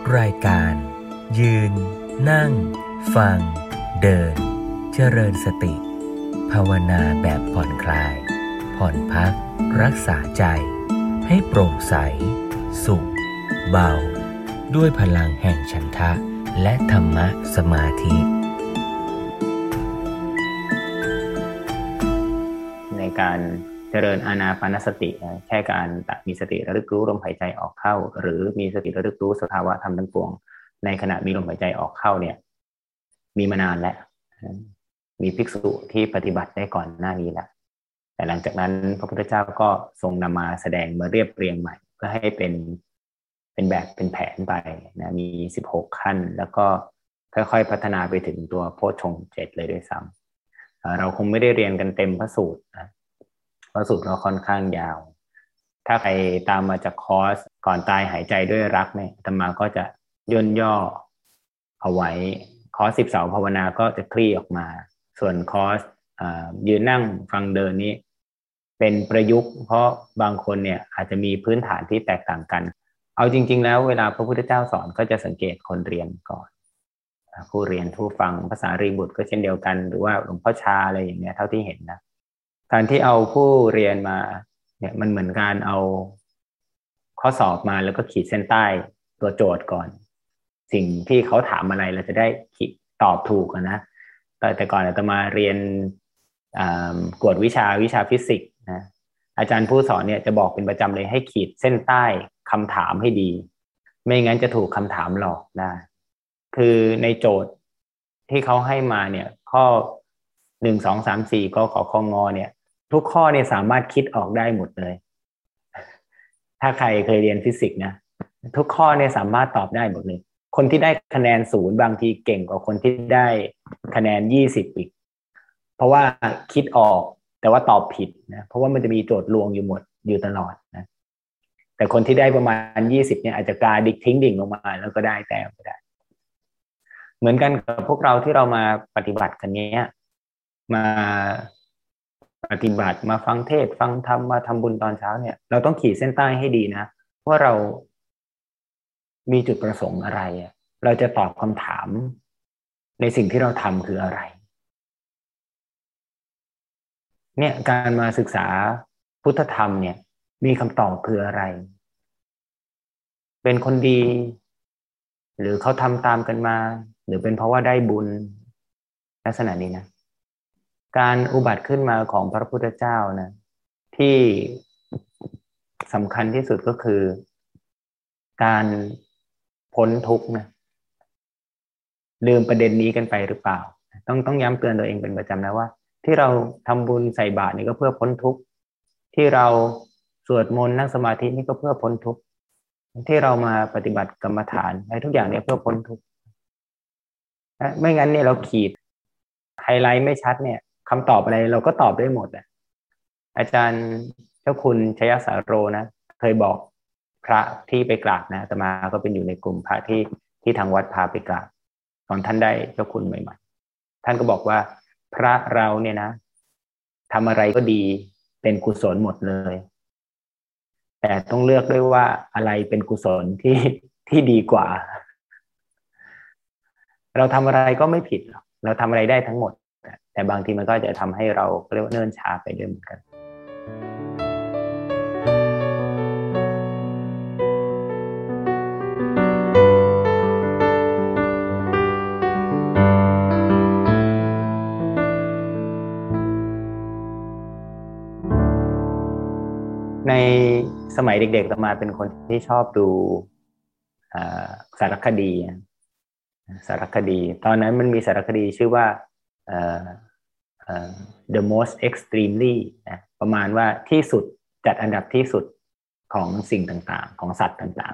รายการยืนนั่งฟังเดินเจริญสติภาวนาแบบผ่อนคลายผ่อนพักรักษาใจให้โปร่งใสสุขเบาด้วยพลังแห่งฉันทะและธรรมะสมาธิในการเจริญอานาปานสติแค่การมีสติระลึกรู้ลมหายใจออกเข้าหรือมีสติระลึกรู้สภาวะธรรมทั้งปวงในขณะมีลมหายใจออกเข้าเนี่ยมีมานานแล้วมีภิกษุที่ปฏิบัติได้ก่อนหน้านี้แล้วแต่หลังจากนั้นพระพุทธเจ้าก็ทรงนำมาแสดงมาเรียบเรียงใหม่เพื่อให้เป็นแบบเป็นแผนไปนะมี16ขั้นแล้วก็ค่อยๆพัฒนาไปถึงตัวโพชฌงค์7เลยด้วยซ้ำเราคงไม่ได้เรียนกันเต็มพระสูตรนะพระสูตรเราค่อนข้างยาวถ้าใครตามมาจากคอร์สก่อนตายหายใจด้วยรักเนี่ยอาตมาก็จะย่นย่อเอาไว้คอร์ส12ภาวนาก็จะคลี่ออกมาส่วนคอร์สยืนนั่งฟังเดินนี้เป็นประยุกต์เพราะบางคนเนี่ยอาจจะมีพื้นฐานที่แตกต่างกันเอาจริงๆแล้วเวลาพระพุทธเจ้าสอนก็จะสังเกตคนเรียนก่อนผู้เรียนผู้ฟังภาษารีบุตรก็เช่นเดียวกันหรือว่าหลวงพ่อชาอะไรอย่างเงี้ยเท่าที่เห็นนะการที่เอาผู้เรียนมาเนี่ยมันเหมือนการเอาข้อสอบมาแล้วก็ขีดเส้นใต้ตัวโจทย์ก่อนสิ่งที่เขาถามอะไรเราจะได้ตอบถูกนะแต่ก่อนอาตมาเรียนกวดวิชาฟิสิกส์นะอาจารย์ผู้สอนเนี่ยจะบอกเป็นประจำเลยให้ขีดเส้นใต้คำถามให้ดีไม่งั้นจะถูกคำถามหลอกได้คือในโจทย์ที่เขาให้มาเนี่ยข้อ1 2 3 4กข ค งเนี่ยทุกข้อเนี่ยสามารถคิดออกได้หมดเลยถ้าใครเคยเรียนฟิสิกส์นะทุกข้อเนี่ยสามารถตอบได้หมดเลยคนที่ได้คะแนน0บางทีเก่งกว่าคนที่ได้คะแนน20อีกเพราะว่าคิดออกแต่ว่าตอบผิดนะเพราะว่ามันจะมีโจทย์ลวงอยู่ตลอดนะแต่คนที่ได้ประมาณ20เนี่ยอาจจะกาดิกทิ้งดิ่งลงมาแล้วก็ได้แต้มก็ได้เหมือนกันกับพวกเราที่เรามาปฏิบัติกันเนี้ยมาปฏิบัติมาฟังเทศฟังธรรมมาทำบุญตอนเช้าเนี่ยเราต้องขีดเส้นใต้ให้ดีนะว่าเรามีจุดประสงค์อะไรเราจะตอบคำถามในสิ่งที่เราทำคืออะไรเนี่ยการมาศึกษาพุทธธรรมเนี่ยมีคำตอบคืออะไรเป็นคนดีหรือเขาทำตามกันมาหรือเป็นเพราะว่าได้บุญลักษณะนี้นะการอุบัติขึ้นมาของพระพุทธเจ้านะที่สำคัญที่สุดก็คือการพ้นทุกข์นะลืมประเด็นนี้กันไปหรือเปล่าต้องย้ำเตือนตัวเองเป็นประจำนะว่าที่เราทำบุญใส่บาตรนี่ก็เพื่อพ้นทุกข์ที่เราสวดมนต์นั่งสมาธินี่ก็เพื่อพ้นทุกข์ที่เรามาปฏิบัติกรรมฐานอะไรทุกอย่างเนี่ยเพื่อพ้นทุกข์ไม่งั้นเนี่ยเราขีดไฮไลท์ไม่ชัดเนี่ยคำตอบอะไรเราก็ตอบได้หมดอาจารย์เจ้าคุณชยสาโรนะเคยบอกพระที่ไปกราบนะอาตมาก็เป็นอยู่ในกลุ่มพระที่ทางวัดพาไปกราบตอนท่านได้เจ้าคุณใหม่ๆท่านก็บอกว่าพระเราเนี่ยนะทำอะไรก็ดีเป็นกุศลหมดเลยแต่ต้องเลือกด้วยว่าอะไรเป็นกุศลที่ดีกว่าเราทำอะไรก็ไม่ผิดหรอกเราทำอะไรได้ทั้งหมดแต่บางทีมันก็จะทำให้เราเรียกว่าเนิ่นช้าไปด้วยเหมือนกันในสมัยเด็กๆมาเป็นคนที่ชอบดูสารคดีตอนนั้นมันมีสารคดีชื่อว่าThe Most Extremely นะประมาณว่าที่สุดจัดอันดับที่สุดของสิ่งต่างๆของสัตว์ต่าง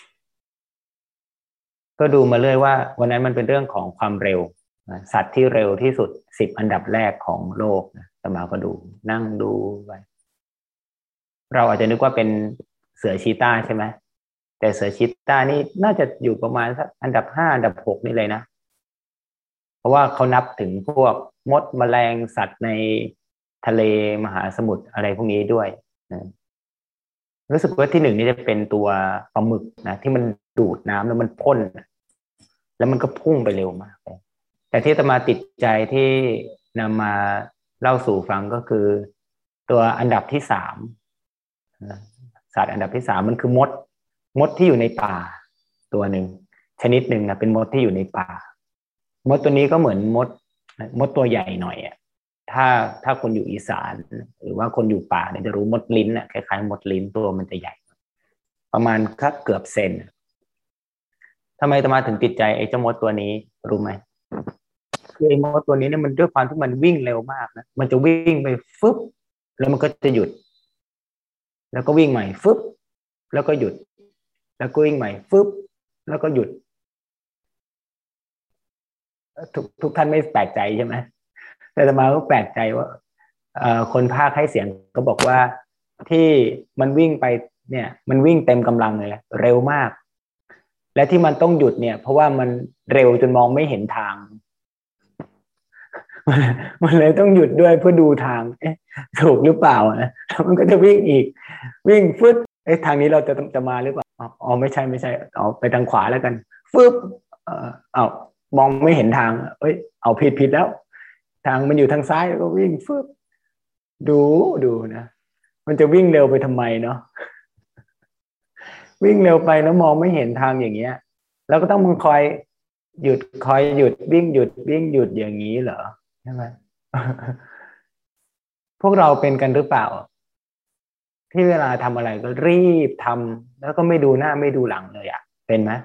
ๆก็ดูมาเรื่อยว่าวันนั้นมันเป็นเรื่องของความเร็วสัตว์ที่เร็วที่สุด10อันดับแรกของโลกนะแต่มาก็ดูนั่งดูไปเราอาจจะนึกว่าเป็นเสือชีต้าใช่ไหมแต่เสือชีต้านี่น่าจะอยู่ประมาณสักอันดับ5อันดับ6นี่เลยนะเพราะว่าเขานับถึงพวกมดแมลงสัตว์ในทะเลมหาสมุทรอะไรพวกนี้ด้วยนะรู้สึกว่าที่1นี่จะเป็นตัวปลาหมึกนะที่มันดูดน้ำแล้วมันพ่นแล้วมันก็พุ่งไปเร็วมากเลยแต่ที่อาตมาติดใจที่นำมาเล่าสู่ฟังก็คือตัวอันดับที่สามสัตว์อันดับที่สามมันคือมดที่อยู่ในป่าตัวหนึ่งชนิดหนึ่งนะเป็นมดที่อยู่ในป่ามดตัวนี้ก็เหมือนมดตัวใหญ่หน่อยอ่ะถ้าคนอยู่อีสานหรือว่าคนอยู่ป่าเนี่ยจะรู้มดลิ้นอ่ะคล้ายๆมดลิ้นตัวมันจะใหญ่ประมาณเกือบเซนทำไมอาตมาถึงติดใจไอ้เจ้ามดตัวนี้รู้ไหมคือไอ้มดตัวนี้เนี่ยมันด้วยความที่มันวิ่งเร็วมากนะมันจะวิ่งไปฟึบแล้วมันก็จะหยุดแล้วก็วิ่งใหม่ฟึบแล้วก็หยุดแล้วก็วิ่งใหม่ฟึบแล้วก็หยุดทุกท่านไม่แปลกใจใช่ไหมแต่อาตมาก็แปลกใจว่าคนพากย์ให้เสียงก็บอกว่าที่มันวิ่งไปเนี่ยมันวิ่งเต็มกำลังเลยเร็วมากและที่มันต้องหยุดเนี่ยเพราะว่ามันเร็วจนมองไม่เห็นทางมันเลยต้องหยุดด้วยเพื่อดูทางถูกหรือเปล่านะแล้วมันก็จะวิ่งอีกวิ่งฟึดทางนี้เราจะมาหรือเปล่าอ๋อไม่ใช่เอาไปทางขวาแล้วกันฟึบเอามองไม่เห็นทางเอาผิดแล้วทางมันอยู่ทางซ้ายแล้วก็วิ่งฟึบดูนะมันจะวิ่งเร็วไปทำไมเนาะวิ่งเร็วไปแล้วมองไม่เห็นทางอย่างเงี้ยแล้วก็ต้องมึงคอยหยุดวิ่งหยุดอย่างนี้เหรอใช่ไหมพวกเราเป็นกันหรือเปล่าที่เวลาทำอะไรก็รีบทำแล้วก็ไม่ดูหน้าไม่ดูหลังเลยอ่ะเป็นไหม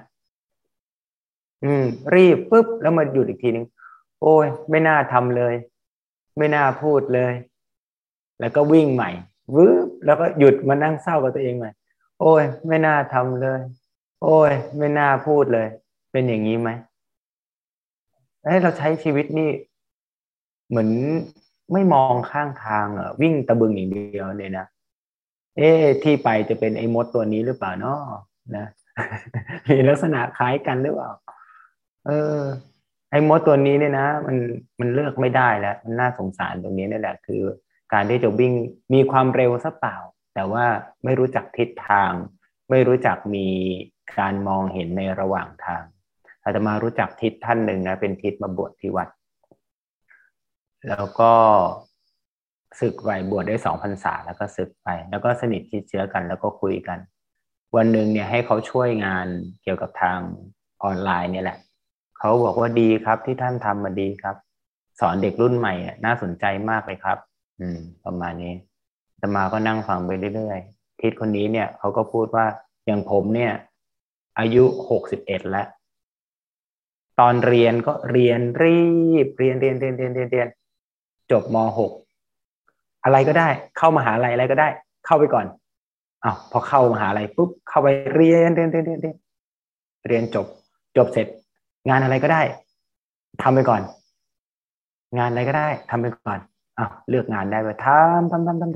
รีบปุ๊บแล้วมาหยุดอีกทีนึงโอ้ยไม่น่าทำเลยไม่น่าพูดเลยแล้วก็วิ่งใหม่วืบแล้วก็หยุดมานั่งเศร้ากับตัวเองใหม่โอ้ยไม่น่าทำเลยโอ้ยไม่น่าพูดเลยเป็นอย่างนี้ไหมเราใช้ชีวิตนี่เหมือนไม่มองข้างทางวิ่งตะบึงอย่างเดียวเลยนะที่ไปจะเป็นไอ้มดตัวนี้หรือเปล่าเนาะนะมีลักษณะคล้ายกันหรือเปล่าเออไอ้มดตัวนี้เนี่ยนะมันเลือกไม่ได้แล้วมันน่าสงสารตรงนี้นี่แหละคือการที่จะวิ่งมีความเร็วซะเปล่าแต่ว่าไม่รู้จักทิศทางไม่รู้จักมีการมองเห็นในระหว่างทางอาตมารู้จักทิศท่านหนึ่งนะเป็นทิศมาบวชที่วัดแล้วก็ศึกไปบวชได้2 พรรษาแล้วก็ศึกไปแล้วก็สนิทชิดเชื้อกันแล้วก็คุยกันวันหนึ่งเนี่ยให้เขาช่วยงานเกี่ยวกับทางออนไลน์เนี่ยแหละเขาบอกว่าดีครับที่ท่านทำมาดีครับสอนเด็กรุ่นใหม่น่าสนใจมากเลยครับประมาณนี้อาตมาก็นั่งฟังไปเรื่อยๆทิศคนนี้เนี่ยเขาก็พูดว่าอย่างผมเนี่ยอายุ61แล้วตอนเรียนก็เรียนรีบเรียนจบม.6อะไรก็ได้เข้ามหาลัยอะไรก็ได้เข้าไปก่อนพอเข้ามหาลัยปุ๊บเข้าไปเรียนเรียนจบเสร็จงานอะไรก็ได้ทำไปก่อนงานอะไรก็ได้ทำไปก่อนเลือกงานได้ไปทำ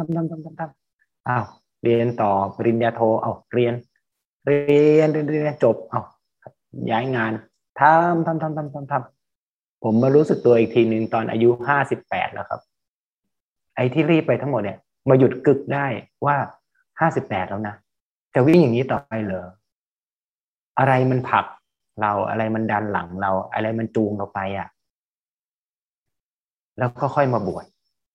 เรียนต่อปริญญาโทเรียนจบย้ายงานทำผมมารู้สึกตัวอีกทีหนึ่งตอนอายุ58แล้วครับไอ้ที่รีบไปทั้งหมดเนี่ยมาหยุดกึกได้ว่า58แล้วนะจะวิ่งอย่างนี้ต่อไปเหรออะไรมันผลักเราอะไรมันดันหลังเราอะไรมันจูงเราไปแล้วก็ค่อยมาบวช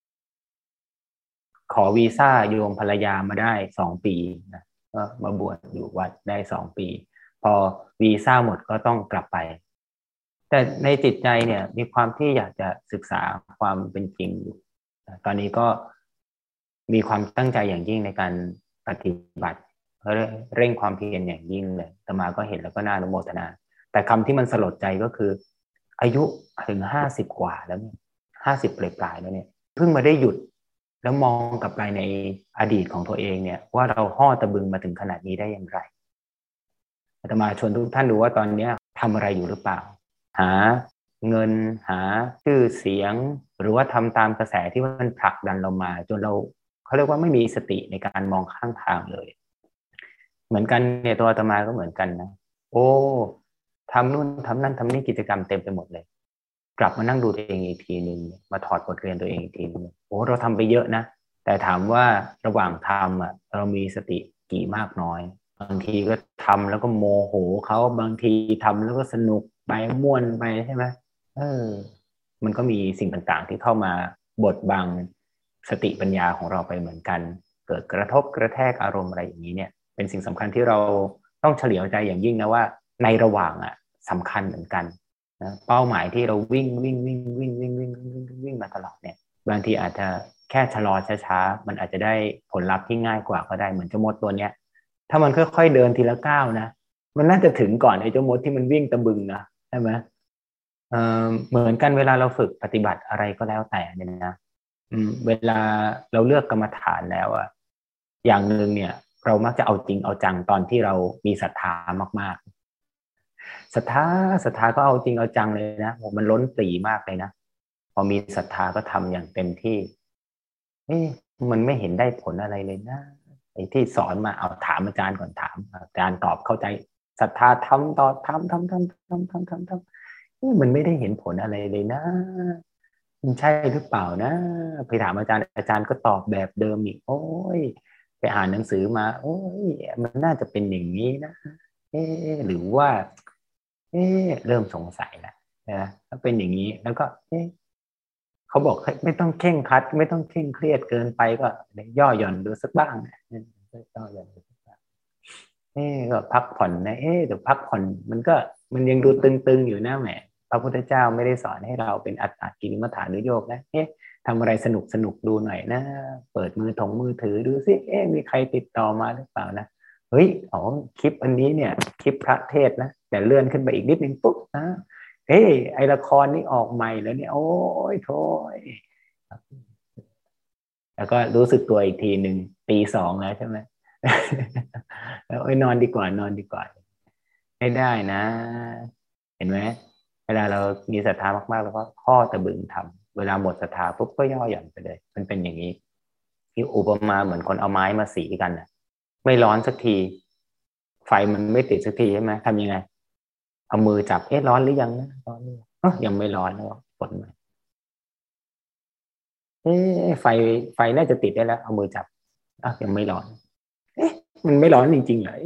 ขอวีซ่าโยมภรรยามาได้2 ปีนะก็มาบวชอยู่วัดได้2 ปีพอวีซ่าหมดก็ต้องกลับไปแต่ในจิตใจเนี่ยมีความที่อยากจะศึกษาความเป็นจริงอยู่ตอนนี้ก็มีความตั้งใจอย่างยิ่งในการปฏิบัติเร่งความเพียรอย่างยิ่งเลยอาตมาก็เห็นแล้วก็น่าอนุโมทนาแต่คำที่มันสลดใจก็คืออายุถึง50 กว่าแล้วเนี่ย50 ปลายแล้วเนี่ยเพิ่งมาได้หยุดแล้วมองกลับไปในอดีตของตัวเองเนี่ยว่าเราห่อตะบึงมาถึงขนาดนี้ได้อย่างไรอาตมาชวนทุกท่านดูว่าตอนนี้ทำอะไรอยู่หรือเปล่าหาเงินหาชื่อเสียงหรือว่าทำตามกระแสที่มันผลักดันเรามาจนเราเขาเรียกว่าไม่มีสติในการมองข้างทางเลยเหมือนกันเนี่ยตัวอาตมาก็เหมือนกันนะโอ้ทำนู่นทำนั่นทำนี่กิจกรรมเต็มไปหมดเลยกลับมานั่งดูตัวเองอีกทีนึงมาถอดบทเรียนตัวเองอีกทีนึงโอ้เราทำไปเยอะนะแต่ถามว่าระหว่างทำเรามีสติกี่มากน้อยบางทีก็ทำแล้วก็โมโหเขาบางทีทำแล้วก็สนุกไปม่วนไปใช่ไหมเออมันก็มีสิ่งต่างๆที่เข้ามาบดบังสติปัญญาของเราไปเหมือนกันเกิดกระทบกระแทกอารมณ์อะไรอย่างนี้เนี่ยเป็นสิ่งสำคัญที่เราต้องเฉลียวใจอย่างยิ่งนะว่าในระหว่างสำคัญเหมือนกันนะเป้าหมายที่เราวิ่งมาตลอดเนี่ยบางทีอาจจะแค่ชะลอช้าๆมันอาจจะได้ผลลัพธ์ที่ง่ายกว่าก็ได้เหมือนเจ้ามดตัวเนี้ยถ้ามันค่อยๆเดินทีละก้าวนะมันน่าจะถึงก่อนไอ้เจ้ามดที่มันวิ่งตะบึงนะใช่ไหมเหมือนกันเวลาเราฝึกปฏิบัติอะไรก็แล้วแต่เนี่ยนะเวลาเราเลือกกรรมฐานแล้วอย่างหนึ่งเนี่ยเรามักจะเอาจริงเอาจังตอนที่เรามีศรัทธามากๆศรัทธาก็เอาจริงเอาจังเลยนะมันล้นปรีมากเลยนะพอมีศรัทธาก็ทำอย่างเต็มที่มันไม่เห็นได้ผลอะไรเลยนะไอ้ที่สอนมาเอาถามอาจารย์ก่อนถามอาจารย์ตอบเข้าใจศรัทธาทำต่อทำมันไม่ได้เห็นผลอะไรเลยนะมันใช่หรือเปล่านะไปถามอาจารย์อาจารย์ก็ตอบแบบเดิมอีกโอ้ยไปอ่านหนังสือมาโอ้ยมันน่าจะเป็นอย่างนี้นะหรือว่าเริ่มสงสัยแล้วนะถ้าเป็นอย่างนี้แล้วก็เขาบอกไม่ต้องเคร่งครัดไม่ต้องเคร่งเครียดเกินไปก็ย่อหย่อนดูสักบ้างนะย่อหย่อนดูสักบ้างก็พักผ่อนนะแต่พักผ่อนมันยังดูตึงๆอยู่นะแหมพระพุทธเจ้าไม่ได้สอนให้เราเป็นอัตตกิลมัฏฐานุโยคนะทำอะไรสนุกสนุกดูหน่อยนะเปิดมือถือดูสิมีใครติดต่อมาหรือเปล่านะเฮ้ยคลิปอันนี้เนี่ยคลิปพระเทศนะแต่เลื่อนขึ้นไปอีกนิดนึงปุ๊บนะไอละครนี่ออกใหม่แล้วเนี่ยโอ้ยโถยแล้วก็รู้สึกตัวอีกทีหนึ่งตี 2แล้วใช่ไหมแล้วนอนดีกว่านอนดีกว่าให้ได้นะเห็นไหมเวลาเรามีศรัทธามากๆแล้วก็ข้อตะบึงทำเวลาหมดศรัทธาปุ๊บก็ย่อหย่อนไปเลยมันเป็นอย่างนี้ที่อุปมาเหมือนคนเอาไม้มาสีกันนะไม่ร้อนสักทีไฟมันไม่ติดสักทีใช่ไหมทำยังไงเอามือจับร้อนหรือยังนะร้อนหรือยังไม่ร้อนแล้วกดมาไฟน่าจะติดได้แล้วเอามือจับยังไม่ร้อนมันไม่ร้อนจริงๆเหรอ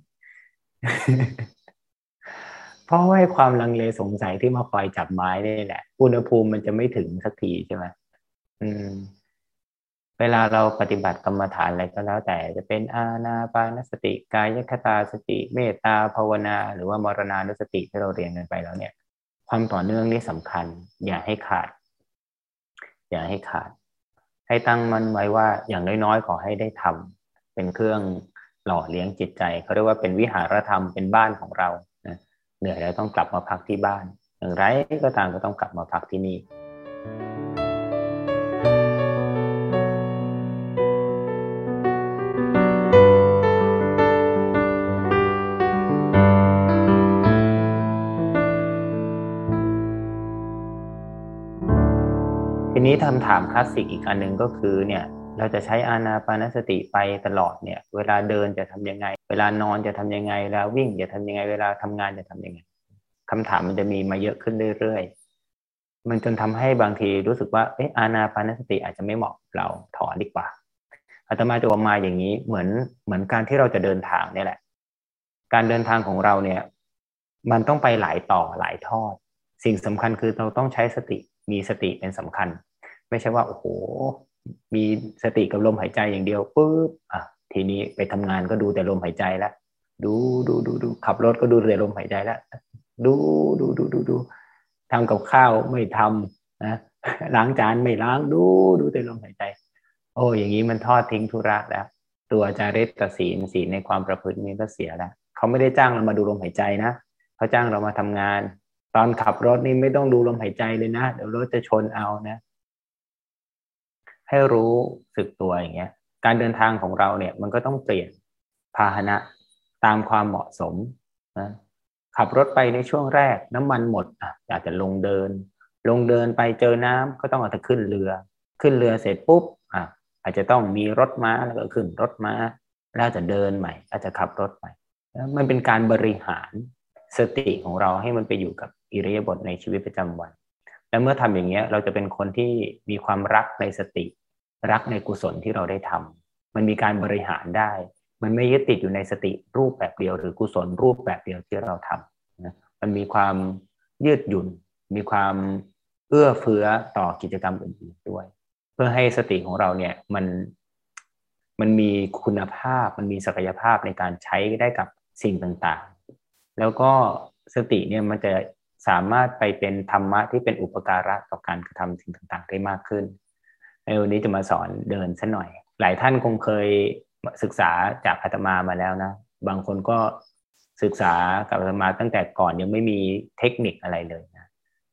เพราะว่าความลังเลสงสัยที่มาคอยจับไม้นี่แหละอุณหภูมิมันจะไม่ถึงสักทีใช่ไหมเวลาเราปฏิบัติกรรมฐานอะไรก็แล้วแต่จะเป็นอานาปานสติกายคตาสติเมตตาภาวนาหรือว่ามรณานุสติที่เราเรียนกันไปแล้วเนี่ยความต่อเนื่องนี่สำคัญอย่าให้ขาดให้ตั้งมันไว้ว่าอย่างน้อยๆขอให้ได้ทำเป็นเครื่องหล่อเลี้ยงจิตใจเขาเรียกว่าเป็นวิหารธรรมเป็นบ้านของเรานะเหนื่อยแล้วต้องกลับมาพักที่บ้านอย่างไรก็ตามก็ต้องกลับมาพักที่นี่ทีนี้คำถามคลาสสิกอีกอันหนึ่งก็คือเนี่ยเราจะใช้อานาปานสติไปตลอดเนี่ยเวลาเดินจะทำยังไงเวลานอนจะทำยังไงเวลาวิ่งจะทำยังไงเวลาทำงานจะทำยังไงคำถามมันจะมีมาเยอะขึ้นเรื่อยๆมันจนทำให้บางทีรู้สึกว่าอานาปานสติอาจจะไม่เหมาะเราถอนดีกว่าอาตมาจะมาอย่างนี้เหมือนการที่เราจะเดินทางนี่แหละการเดินทางของเราเนี่ยมันต้องไปหลายต่อหลายทอดสิ่งสำคัญคือเราต้องใช้สติมีสติเป็นสำคัญไม่ใช่ว่าโอ้โหมีสติกับลมหายใจอย่างเดียวปุ๊บทีนี้ไปทำงานก็ดูแต่ลมหายใจแล้วดูขับรถก็ดูแต่ลมหายใจแล้วดูทำกับข้าวไม่ทำนะล้างจานไม่ล้างดูแต่ลมหายใจโอ้อย่างนี้มันทอดทิ้งธุระแล้วตัวจารีตศีลในความประพฤตินี้ก็เสียแล้วเขาไม่ได้จ้างเรามาดูลมหายใจนะเขาจ้างเรามาทำงานตอนขับรถนี่ไม่ต้องดูลมหายใจเลยนะเดี๋ยวรถจะชนเอานะให้รู้สึกตัวอย่างเงี้ยการเดินทางของเราเนี่ยมันก็ต้องเปลี่ยนพาหนะตามความเหมาะสมนะขับรถไปในช่วงแรกน้ำมันหมดอาจจะลงเดินไปเจอน้ำก็ต้องอาจจะขึ้นเรือเสร็จปุ๊บอาจจะต้องมีรถม้าแล้วก็ขึ้นรถม้าแล้วจะเดินใหม่อาจจะขับรถใหม่มันเป็นการบริหารสติของเราให้มันไปอยู่กับอิริยาบถในชีวิตประจำวันและเมื่อทำอย่างนี้เราจะเป็นคนที่มีความรักในสติรักในกุศลที่เราได้ทำมันมีการบริหารได้มันไม่ยึดติดอยู่ในสติรูปแบบเดียวหรือกุศลรูปแบบเดียวที่เราทำนะมันมีความยืดหยุ่นมีความเอื้อเฟื้อต่อกิจกรรมอื่นๆด้วยเพื่อให้สติของเราเนี่ยมันมีคุณภาพมันมีศักยภาพในการใช้ได้กับสิ่งต่างๆแล้วก็สติเนี่ยมันจะสามารถไปเป็นธรรมะที่เป็นอุปการะต่อการกระทำสิ่งต่างๆได้มากขึ้นในวันนี้จะมาสอนเดินซะหน่อยหลายท่านคงเคยศึกษาจากอาตมามาแล้วนะบางคนก็ศึกษากับอาตมาตั้งแต่ก่อนยังไม่มีเทคนิคอะไรเลยนะ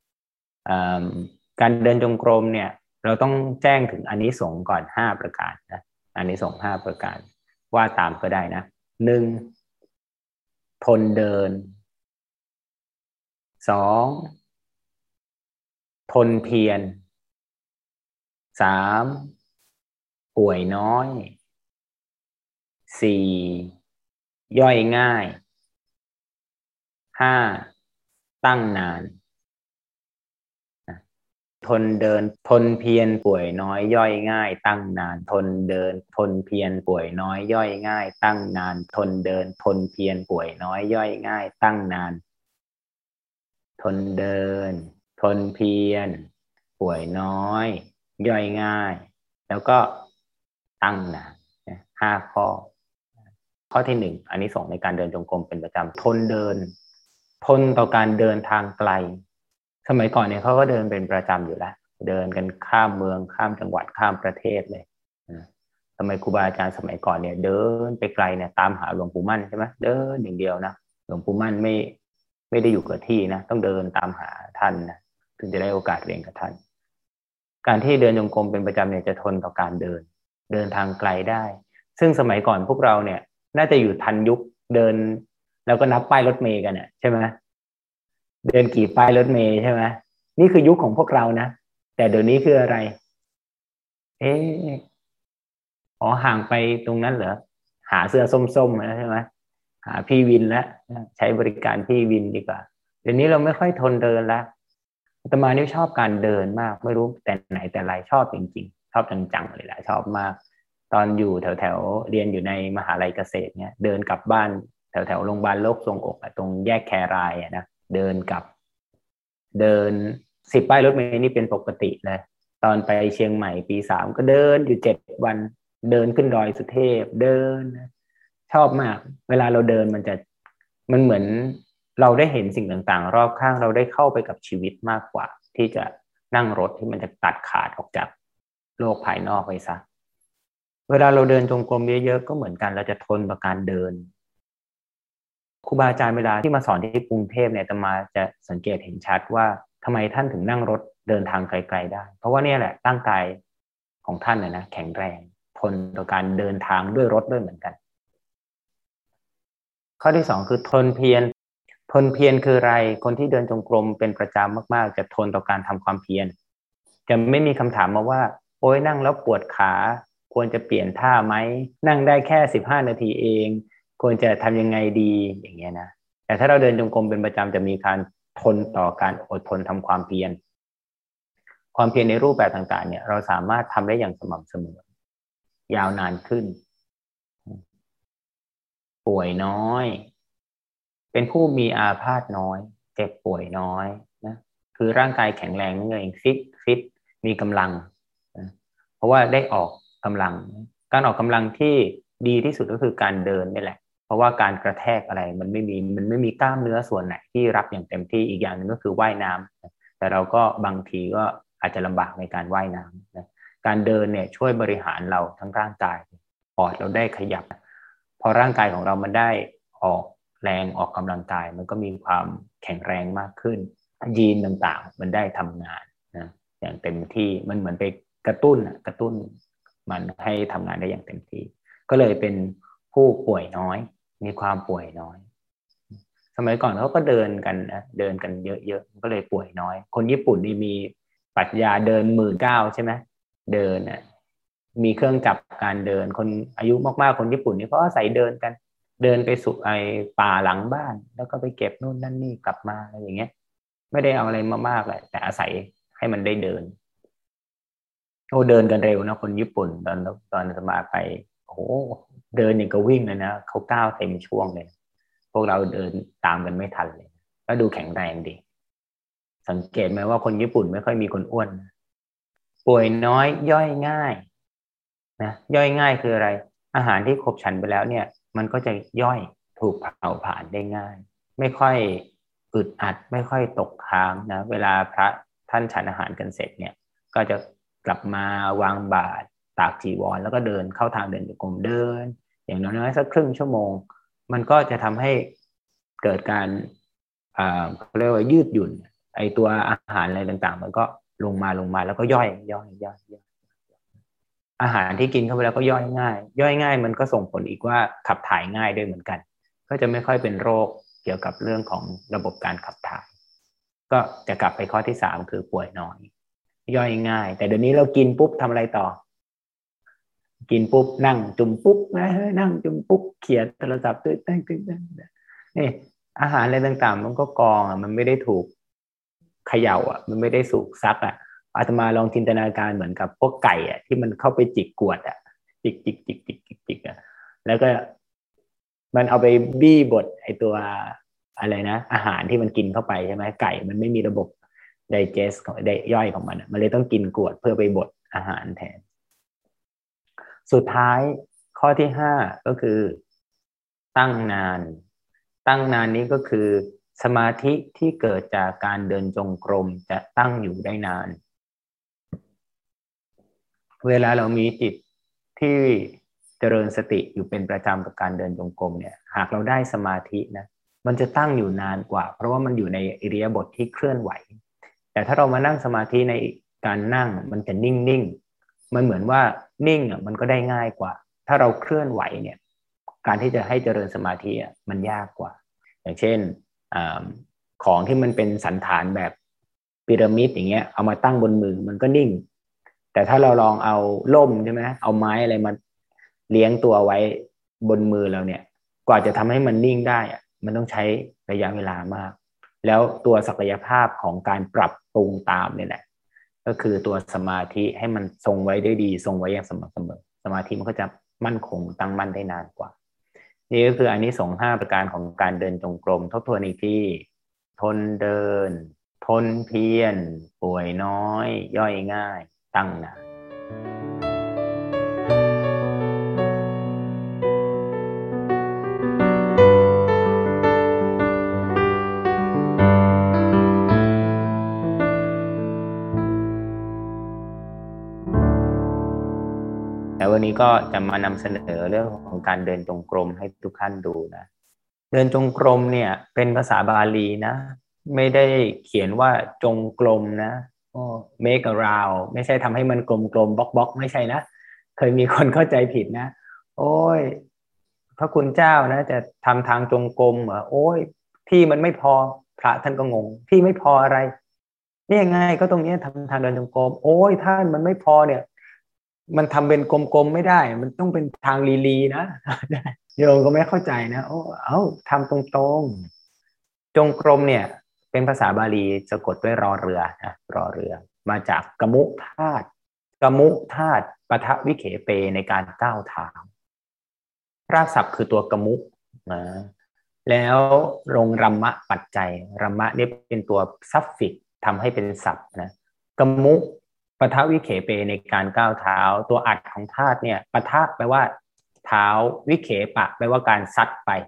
การเดินจงกรมเนี่ยเราต้องแจ้งถึงอานิสงส์ก่อน5ประการนะอานิสงส์5ประการว่าตามก็ได้นะ1ทนเดิน2ทนเพียร3ป่วยน้อย4ย่อยง่าย5ตั้งนานทนเดินทนเพียรป่วยน้อยย่อยง่ายตั้งนานทนเดินทนเพียรป่วยน้อยย่อยง่ายตั้งนานทนเดินทนเพียรป่วยน้อยย่อยง่ายตั้งนานทนเดินทนเพียรป่วยน้อยย่อยง่ายแล้วก็ตั้งนาน5 ข้อข้อที่1อานิสงส์ในการเดินจงกรมเป็นประจำทนเดินทนต่อการเดินทางไกลสมัยก่อนเนี่ยเขาก็เดินเป็นประจำอยู่แล้วเดินกันข้ามเมืองข้ามจังหวัดข้ามประเทศเลยสมัยครูบาอาจารย์สมัยก่อนเนี่ยเดินไปไกลเนี่ยตามหาหลวงปู่มั่นใช่ไหมเดินอย่างเดียวนะหลวงปู่มั่นไม่ได้อยู่กับที่นะต้องเดินตามหาท่านนะถึงจะได้โอกาสเรียนกับท่านการที่เดินจงกรมเป็นประจำเนี่ยจะทนต่อการเดินทางไกลได้ซึ่งสมัยก่อนพวกเราเนี่ยน่าจะอยู่ทันยุคเดินแล้วก็นับป้ายรถเมล์กันเนี่ยใช่ไหมเดินกี่ป้ายรถเมล์ใช่ไหมนี่คือยุคของพวกเรานะแต่เดี๋ยวนี้คืออะไรห่างไปตรงนั้นเหรอหาเสื้อส้มๆแล้วใช่ไหมหาพี่วินแล้วใช้บริการพี่วินดีกว่าเดี๋ยวนี้เราไม่ค่อยทนเดินแล้วอาตมานี่ชอบการเดินมากไม่รู้แต่ไหนแต่ไรชอบจริงๆชอบจังๆเลยแหละชอบมากตอนอยู่แถวเรียนอยู่ในมหาลัยเกษตรเนี่ยเดินกลับบ้านแถวโรงพยาบาลโลกทรงอกตรงแยกแครายนะเดินกลับเดิน10 ป้ายรถเมล์นี่เป็นปกติเลยตอนไปเชียงใหม่ปี3ก็เดินอยู่7 วันเดินขึ้นดอยสุเทพเดินชอบมากเวลาเราเดินมันเหมือนเราได้เห็นสิ่งต่างๆรอบข้างเราได้เข้าไปกับชีวิตมากกว่าที่จะนั่งรถที่มันจะตัดขาดออกจากโลกภายนอกไปซะเวลาเราเดินจงกรมเยอะๆก็เหมือนกันเราจะทนต่อการเดินครูบาอาจารย์เวลาที่มาสอนที่กรุงเทพเนี่ยอาตมาจะสังเกตเห็นชัดว่าทำไมท่านถึงนั่งรถเดินทางไกลๆได้เพราะว่าเนี่ยแหละร่างกายของท่านนะแข็งแรงทนต่อการเดินทางด้วยรถด้วยเหมือนกันข้อที่2คือทนเพียรคืออะไรคนที่เดินจงกรมเป็นประจำมากๆจะทนต่อการทำความเพียรจะไม่มีคำถามมาว่าโอ๊ยนั่งแล้วปวดขาควรจะเปลี่ยนท่าไหมนั่งได้แค่15 นาทีเองควรจะทำยังไงดีอย่างเงี้ยนะแต่ถ้าเราเดินจงกรมเป็นประจำจะมีการทนต่อการอดทนทำความเพียรในรูปแบบต่างๆเนี่ยเราสามารถทำได้อย่างสม่ำเสมอยาวนานขึ้นป่วยน้อยเป็นผู้มีอาพาธน้อยเจ็บป่วยน้อยนะคือร่างกายแข็งแรงนั่นเองฟิตมีกำลังนะเพราะว่าได้ออกกำลังการออกกำลังที่ดีที่สุดก็คือการเดินนี่แหละเพราะว่าการกระแทกอะไรมันไม่มีกล้ามเนื้อส่วนไหนที่รับอย่างเต็มที่อีกอย่างหนึ่งก็คือว่ายน้ำแต่เราก็บางทีก็อาจจะลำบากในการว่ายน้ำนะการเดินเนี่ยช่วยบริหารเราทั้งร่างกายปอดเราได้ขยับพอร่างกายของเรามันได้ออกแรงออกกำลังกายมันก็มีความแข็งแรงมากขึ้นยีนต่างๆมันได้ทำงานนะอย่างเต็มที่มันเหมือนไปกระตุ้นมันให้ทำงานได้อย่างเต็มที่ก็เลยเป็นผู้ป่วยน้อยมีความป่วยน้อยสมัยก่อนเขาก็เดินกันเยอะๆก็เลยป่วยน้อยคนญี่ปุ่นนี่มีปรัชญาเดิน19,000ใช่ไหมเดินมีเครื่องจับการเดินคนอายุมากๆคนญี่ปุ่นนี่เขาอาศัยเดินกันเดินไปสู่ไอ้ป่าหลังบ้านแล้วก็ไปเก็บนู่นนั่นนี่กลับมาอะไรอย่างเงี้ยไม่ได้เอาอะไรมามากเลยแต่อาศัยให้มันได้เดินเดินกันเร็วนะคนญี่ปุ่นตอนสมาไปโอ้โหเดินอย่างกับวิ่งเลยนะเขาก้าวเต็มช่วงเลยพวกเราเดินตามกันไม่ทันเลยก็ดูแข็งแรงดีสังเกตไหมว่าคนญี่ปุ่นไม่ค่อยมีคนอ้วนป่วยน้อยย่อยง่ายนะย่อยง่ายคืออะไรอาหารที่ขบฉันไปแล้วเนี่ยมันก็จะย่อยถูกเผาผลาญได้ง่ายไม่ค่อยอึดอัดไม่ค่อยตกค้างนะเวลาพระท่านฉันอาหารกันเสร็จเนี่ยก็จะกลับมาวางบาตรตากจีวรแล้วก็เดินเข้าทางเดินจงกรมเดินอย่างน้อยๆสักครึ่งชั่วโมงมันก็จะทำให้เกิดการเขาเรียกว่ายืดหยุ่นไอตัวอาหารอะไรต่างๆมันก็ลงมาแล้วก็ย่อยอาหารที่กินเข้าไปแล้วก็ย่อยง่ายมันก็ส่งผลอีกว่าขับถ่ายง่ายด้วยเหมือนกันก็จะไม่ค่อยเป็นโรคเกี่ยวกับเรื่องของระบบการขับถ่ายก็จะกลับไปข้อที่3คือป่วยน้อยย่อยง่ายแต่เดี๋ยวนี้เรากินปุ๊บทำอะไรต่อกินปุ๊บนั่งจุ่มปุ๊บนั่งจุ่มปุ๊บเขียนโทรศัพท์ตึ้งนี่อาหารอะไรต่างๆมันก็กองมันไม่ได้ถูกเขย่ามันไม่ได้สูกซักอาตมาลองจินตนาการเหมือนกับพวกไก่ที่มันเข้าไปจิกกวดจิกแล้วก็มันเอาไปบี้บดไอตัวอะไรนะอาหารที่มันกินเข้าไปใช่ไหมไก่มันไม่มีระบบdigest ของย่อยของมันเลยต้องกินกวดเพื่อไปบดอาหารแทนสุดท้ายข้อที่5ก็คือตั้งนานนี้ก็คือสมาธิที่เกิดจากการเดินจงกรมจะตั้งอยู่ได้นานเวลาเรามีจิตที่เจริญสติอยู่เป็นประจำกับการเดินจงกรมเนี่ยหากเราได้สมาธินะมันจะตั้งอยู่นานกว่าเพราะว่ามันอยู่ในอิริยาบถที่เคลื่อนไหวแต่ถ้าเรามานั่งสมาธิในการนั่งมันจะนิ่งมันเหมือนว่านิ่งมันก็ได้ง่ายกว่าถ้าเราเคลื่อนไหวเนี่ยการที่จะให้เจริญสมาธิมันยากกว่าอย่างเช่นของที่มันเป็นสันฐานแบบพีระมิดอย่างเงี้ยเอามาตั้งบนมือมันก็นิ่งแต่ถ้าเราลองเอาล่มใช่ไหมเอาไม้อะไรมาเลี้ยงตัวไว้บนมือเราเนี่ยกว่าจะทำให้มันนิ่งได้มันต้องใช้ระยะเวลามากแล้วตัวศักยภาพของการปรับปรุงตามเนี่ยแหละก็คือตัวสมาธิให้มันทรงไว้ได้ดีทรงไว้อย่างสม่ำเสมอสมาธิมันก็จะมั่นคงตั้งมั่นได้นานกว่านี่ก็คืออานิสงส์5ประการของการเดินจงกรมทบทวนอีกที่ทนเดินทนเพียรป่วยน้อยย่อยง่ายตั้งนานแล้ววันนี้ก็จะมานำเสนอเรื่องของการเดินจงกรมให้ทุกท่านดูนะเดินจงกรมเนี่ยเป็นภาษาบาลีนะไม่ได้เขียนว่าจงกรมนะ make a round ไม่ใช่ทำให้มันกลมๆบล็อกๆไม่ใช่นะเคยมีคนเข้าใจผิดนะโอ้ยพระคุณเจ้านะจะทำทางจงกรมเหรอโอ้ยที่มันไม่พอพระท่านก็งงที่ไม่พออะไรนี่ยังไงก็ตรงนี้ทำทางเดินจงกรมโอ้ยท่านมันไม่พอเนี่ยมันทำเป็นกลมๆไม่ได้มันต้องเป็นทางลีๆนะโยมก็ไม่เข้าใจนะโอ้ทำตรงๆจงกรมเนี่ยเป็นภาษาบาลีสะกดด้วยรอเรือนะรอเรือมาจากกมุธาตุกมุธาตุปทวิเขเปในการก้าวเท้ารากศัพท์คือตัวกมุนะแล้วลงรัมมะปัจจัยรัมมะนี่เป็นตัวซัฟฟิกทำให้เป็นศัพท์นะกมุปทวิเขเปในการก้าวเท้าตัวอัดของธาตุเนี่ยปทะแปลว่าเท้าวิเขปะแปลว่าการซัดไป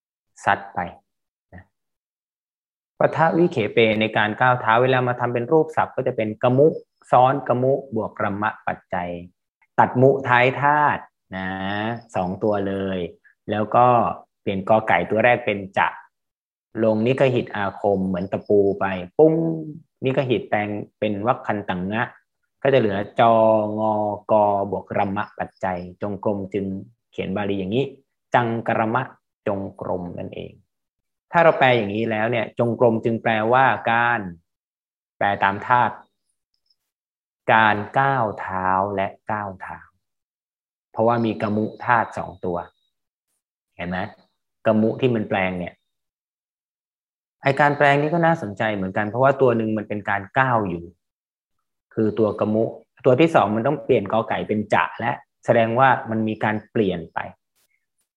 นะปทวิเขเปในการก้าวเท้าเวลามาทำเป็นรูปศัพท์ก็จะเป็นกมุซ้อนกมุบวกรัมมะปัจจัยตัดมุท้ายธาตุนะ2ตัวเลยแล้วก็เปลี่ยนกอไก่ตัวแรกเป็นจะลงนิคหิตอาคมเหมือนตะปูไปปุ้งนิคหิตแปลงเป็นวัคคันตังงะก็จะเหลือจงกบวกรัมมะปัจจัยจงกรมจึงเขียนบาลีอย่างนี้จังกรมะจงกรมนั่นเองถ้าเราแปลอย่างนี้แล้วเนี่ยจงกรมจึงแปลว่าการแปลตามธาตุการก้าวเท้าและก้าวเท้าเพราะว่ามีกมุธาตุ2ตัวเห็นไหมกมุที่มันแปลงเนี่ยไอการแปลงนี้ก็น่าสนใจเหมือนกันเพราะว่าตัวหนึ่งมันเป็นการก้าวอยู่คือตัวกมุตัวที่2มันต้องเปลี่ยนกอไก่เป็นจะและแสดงว่ามันมีการเปลี่ยนไป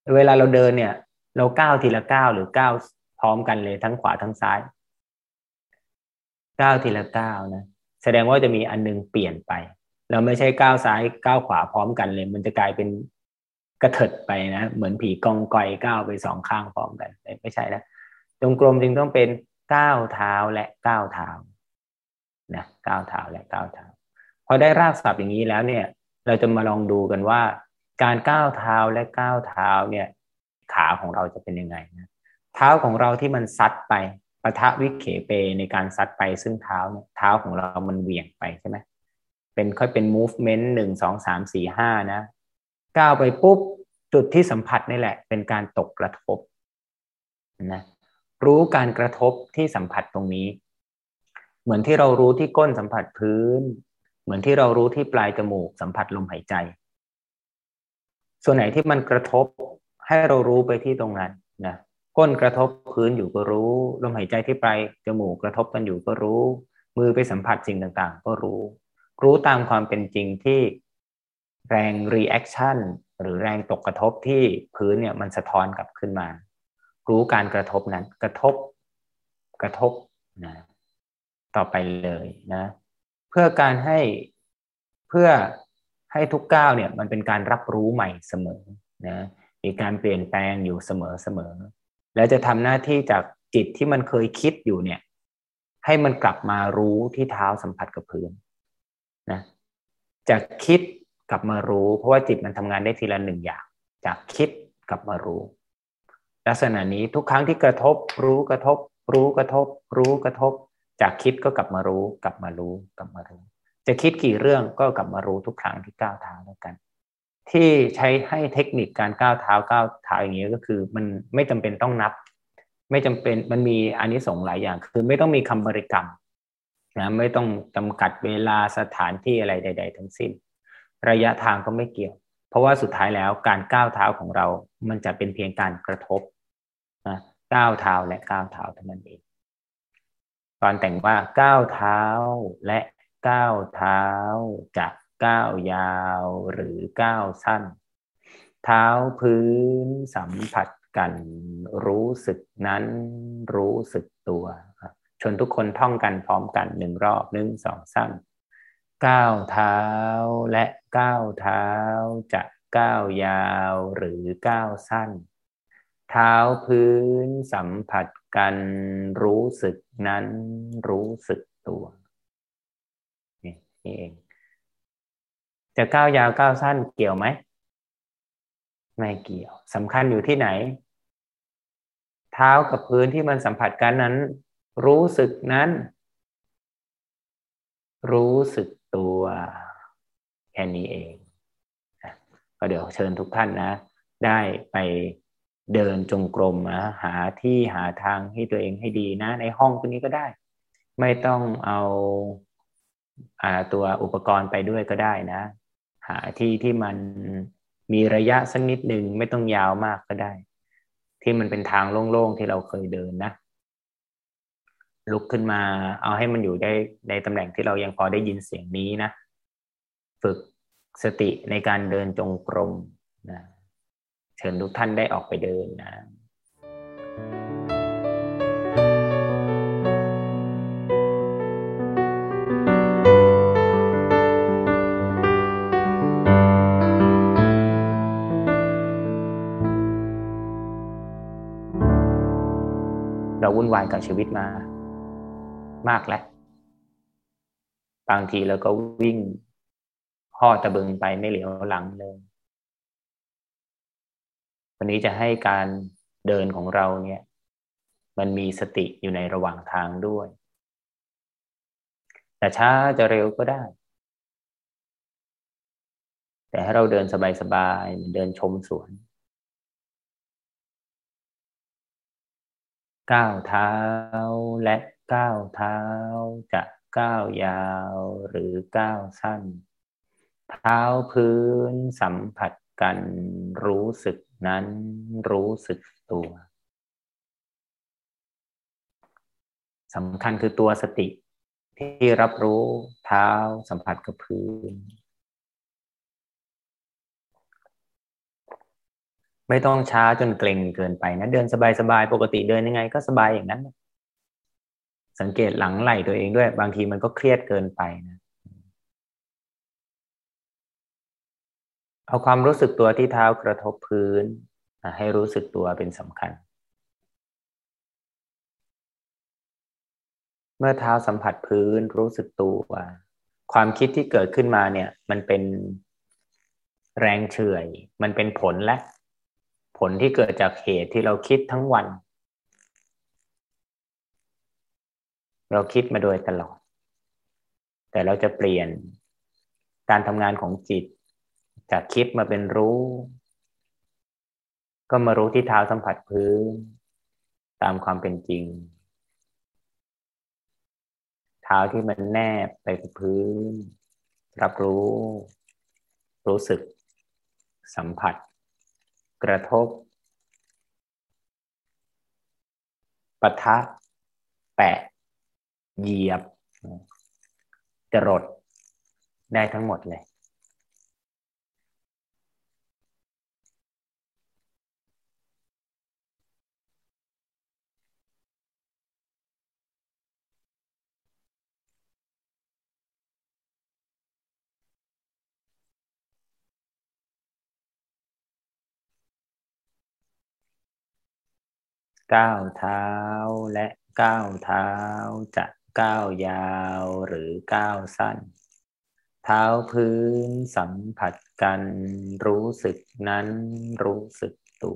เวลาเราเดินเนี่ยเราก้าวทีละก้าวหรือก้าวพร้อมกันเลยทั้งขวาทั้งซ้ายก้าวทีละก้าวนะแสดงว่าจะมีอันนึงเปลี่ยนไปเราไม่ใช่ก้าวซ้ายก้าวขวาพร้อมกันเลยมันจะกลายเป็นกระเถิดไปนะเหมือนผีกองกอยก้าวไปสองข้างพร้อมกันไม่ใช่นะจงกรมจึงต้องเป็นก้าวเท้าและก้าวเท้านะก้าวเท้าและก้าวเท้าพอได้รากศัพท์อย่างนี้แล้วเนี่ยเราจะมาลองดูกันว่าการก้าวเท้าและก้าวเท้าเนี่ยขาของเราจะเป็นยังไงนะเท้าของเราที่มันซัดไปปะทะวิเขเปในการซัดไปซึ่งเท้าเนี่ยเท้าของเรามันเหวี่ยงไปใช่ไหมเป็นค่อยเป็น movement 1 2 3 4 5นะก้าวไปปุ๊บจุดที่สัมผัสนี่แหละเป็นการตกกระทบนะรู้การกระทบที่สัมผัสตรงนี้เหมือนที่เรารู้ที่ก้นสัมผัสพื้นเหมือนที่เรารู้ที่ปลายจมูกสัมผัสลมหายใจส่วนไหนที่มันกระทบให้เรารู้ไปที่ตรงนั้นนะก้นกระทบพื้นอยู่ก็รู้ลมหายใจที่ปลายจมูกกระทบกันอยู่ก็รู้มือไปสัมผัสสิ่งต่างๆก็รู้ตามความเป็นจริงที่แรง reaction หรือแรงตกกระทบที่พื้นเนี่ยมันสะท้อนกลับขึ้นมารู้การกระทบนั้นกระทบนะต่อไปเลยนะเพื่อให้ทุกก้าวเนี่ยมันเป็นการรับรู้ใหม่เสมอนะมีการเปลี่ยนแปลงอยู่เสมอแล้วจะทำหน้าที่จากจิตที่มันเคยคิดอยู่เนี่ยให้มันกลับมารู้ที่เท้าสัมผัสกับพื้นนะจากคิดกลับมารู้เพราะว่าจิตมันทำงานได้ทีละหนึ่งอย่างจากคิดกลับมารู้ลักษณะนี้ทุกครั้งที่กระทบรู้กระทบจากคิดก็กลับมารู้จะคิดกี่เรื่องก็กลับมารู้ทุกครั้งที่ก้าวเท้าแล้วกันที่ใช้ให้เทคนิคการก้าวเท้าอย่างนี้ก็คือมันไม่จำเป็นต้องนับไม่จำเป็นมันมีอานิสงส์หลายอย่างคือไม่ต้องมีคำบริกรรมนะไม่ต้องจำกัดเวลาสถานที่อะไรใดๆทั้งสิ้นระยะทางก็ไม่เกี่ยวเพราะว่าสุดท้ายแล้วการก้าวเท้าของเรามันจะเป็นเพียงการกระทบนะก้าวเท้าและก้าวเท้าเท่านั้นเองตอนแต่งว่าก้าวเท้าและก้าวเท้าจะก้าวยาวหรือก้าวสั้นเท้าพื้นสัมผัสกันรู้สึกนั้นรู้สึกตัวชวนทุกคนท่องกันพร้อมกัน1 รอบ1 2 3ก้าวเท้าและก้าวเท้าจะก้าวยาวหรือก้าวสั้นเท้าพื้นสัมผัสกันรู้สึกนั้นรู้สึกตัวนี่เองจะก้าวยาวก้าวสั้นเกี่ยวไหมไม่เกี่ยวสำคัญอยู่ที่ไหนเท้ากับพื้นที่มันสัมผัสกันนั้นรู้สึกนั้นรู้สึกตัวแค่นี้เองก็เดี๋ยวเชิญทุกท่านนะได้ไปเดินจงกรมนะหาที่หาทางให้ตัวเองให้ดีนะในห้องตัวนี้ก็ได้ไม่ต้องเอาตัวอุปกรณ์ไปด้วยก็ได้นะหาที่ที่มันมีระยะสักนิดหนึ่งไม่ต้องยาวมากก็ได้ที่มันเป็นทางโล่งๆที่เราเคยเดินนะลุกขึ้นมาเอาให้มันอยู่ได้ในตำแหน่งที่เรายังพอได้ยินเสียงนี้นะฝึกสติในการเดินจงกรมนะเชิญทุกท่านได้ออกไปเดินนะเราวุ่นวายกับชีวิตมามากแล้วบางทีเราก็วิ่งห่อตะบึงไปไม่เหลียวหลังเลยวันนี้จะให้การเดินของเราเนี่ยมันมีสติอยู่ในระหว่างทางด้วยแต่ช้าจะเร็วก็ได้แต่ให้เราเดินสบายๆเดินชมสวนก้าวเท้าและก้าวเท้าจะก้าวยาวหรือก้าวสั้นเท้าพื้นสัมผัสกันรู้สึกนั้นรู้สึกตัวสำคัญคือตัวสติที่รับรู้เท้าสัมผัสกับพื้นไม่ต้องช้าจนเกร็งเกินไปนะเดินสบายๆปกติเดินยังไงก็สบายอย่างนั้นสังเกตหลังไหล่ตัวเองด้วยบางทีมันก็เครียดเกินไปนะเอาความรู้สึกตัวที่เท้ากระทบพื้นให้รู้สึกตัวเป็นสำคัญเมื่อเท้าสัมผัสพื้นรู้สึกตัวความคิดที่เกิดขึ้นมาเนี่ยมันเป็นแรงเฉื่อยมันเป็นผลและผลที่เกิดจากเหตุที่เราคิดทั้งวันเราคิดมาโดยตลอดแต่เราจะเปลี่ยนการทำงานของจิตจากคิดมาเป็นรู้ก็มารู้ที่เท้าสัมผัสพื้นตามความเป็นจริงเท้าที่มันแนบไปกับพื้นรับรู้รู้สึกสัมผัสกระทบปะทะแปะเหยียบจรดได้ทั้งหมดเลยก้าวเท้าและก้าวเท้าจะก้าวยาวหรือก้าวสั้นเท้าพื้นสัมผัสกันรู้สึกนั้นรู้สึกตัว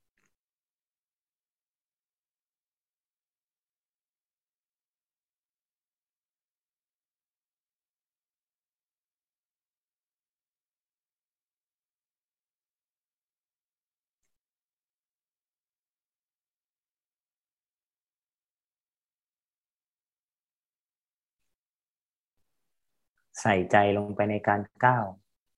ใส่ใจลงไปในการก้าว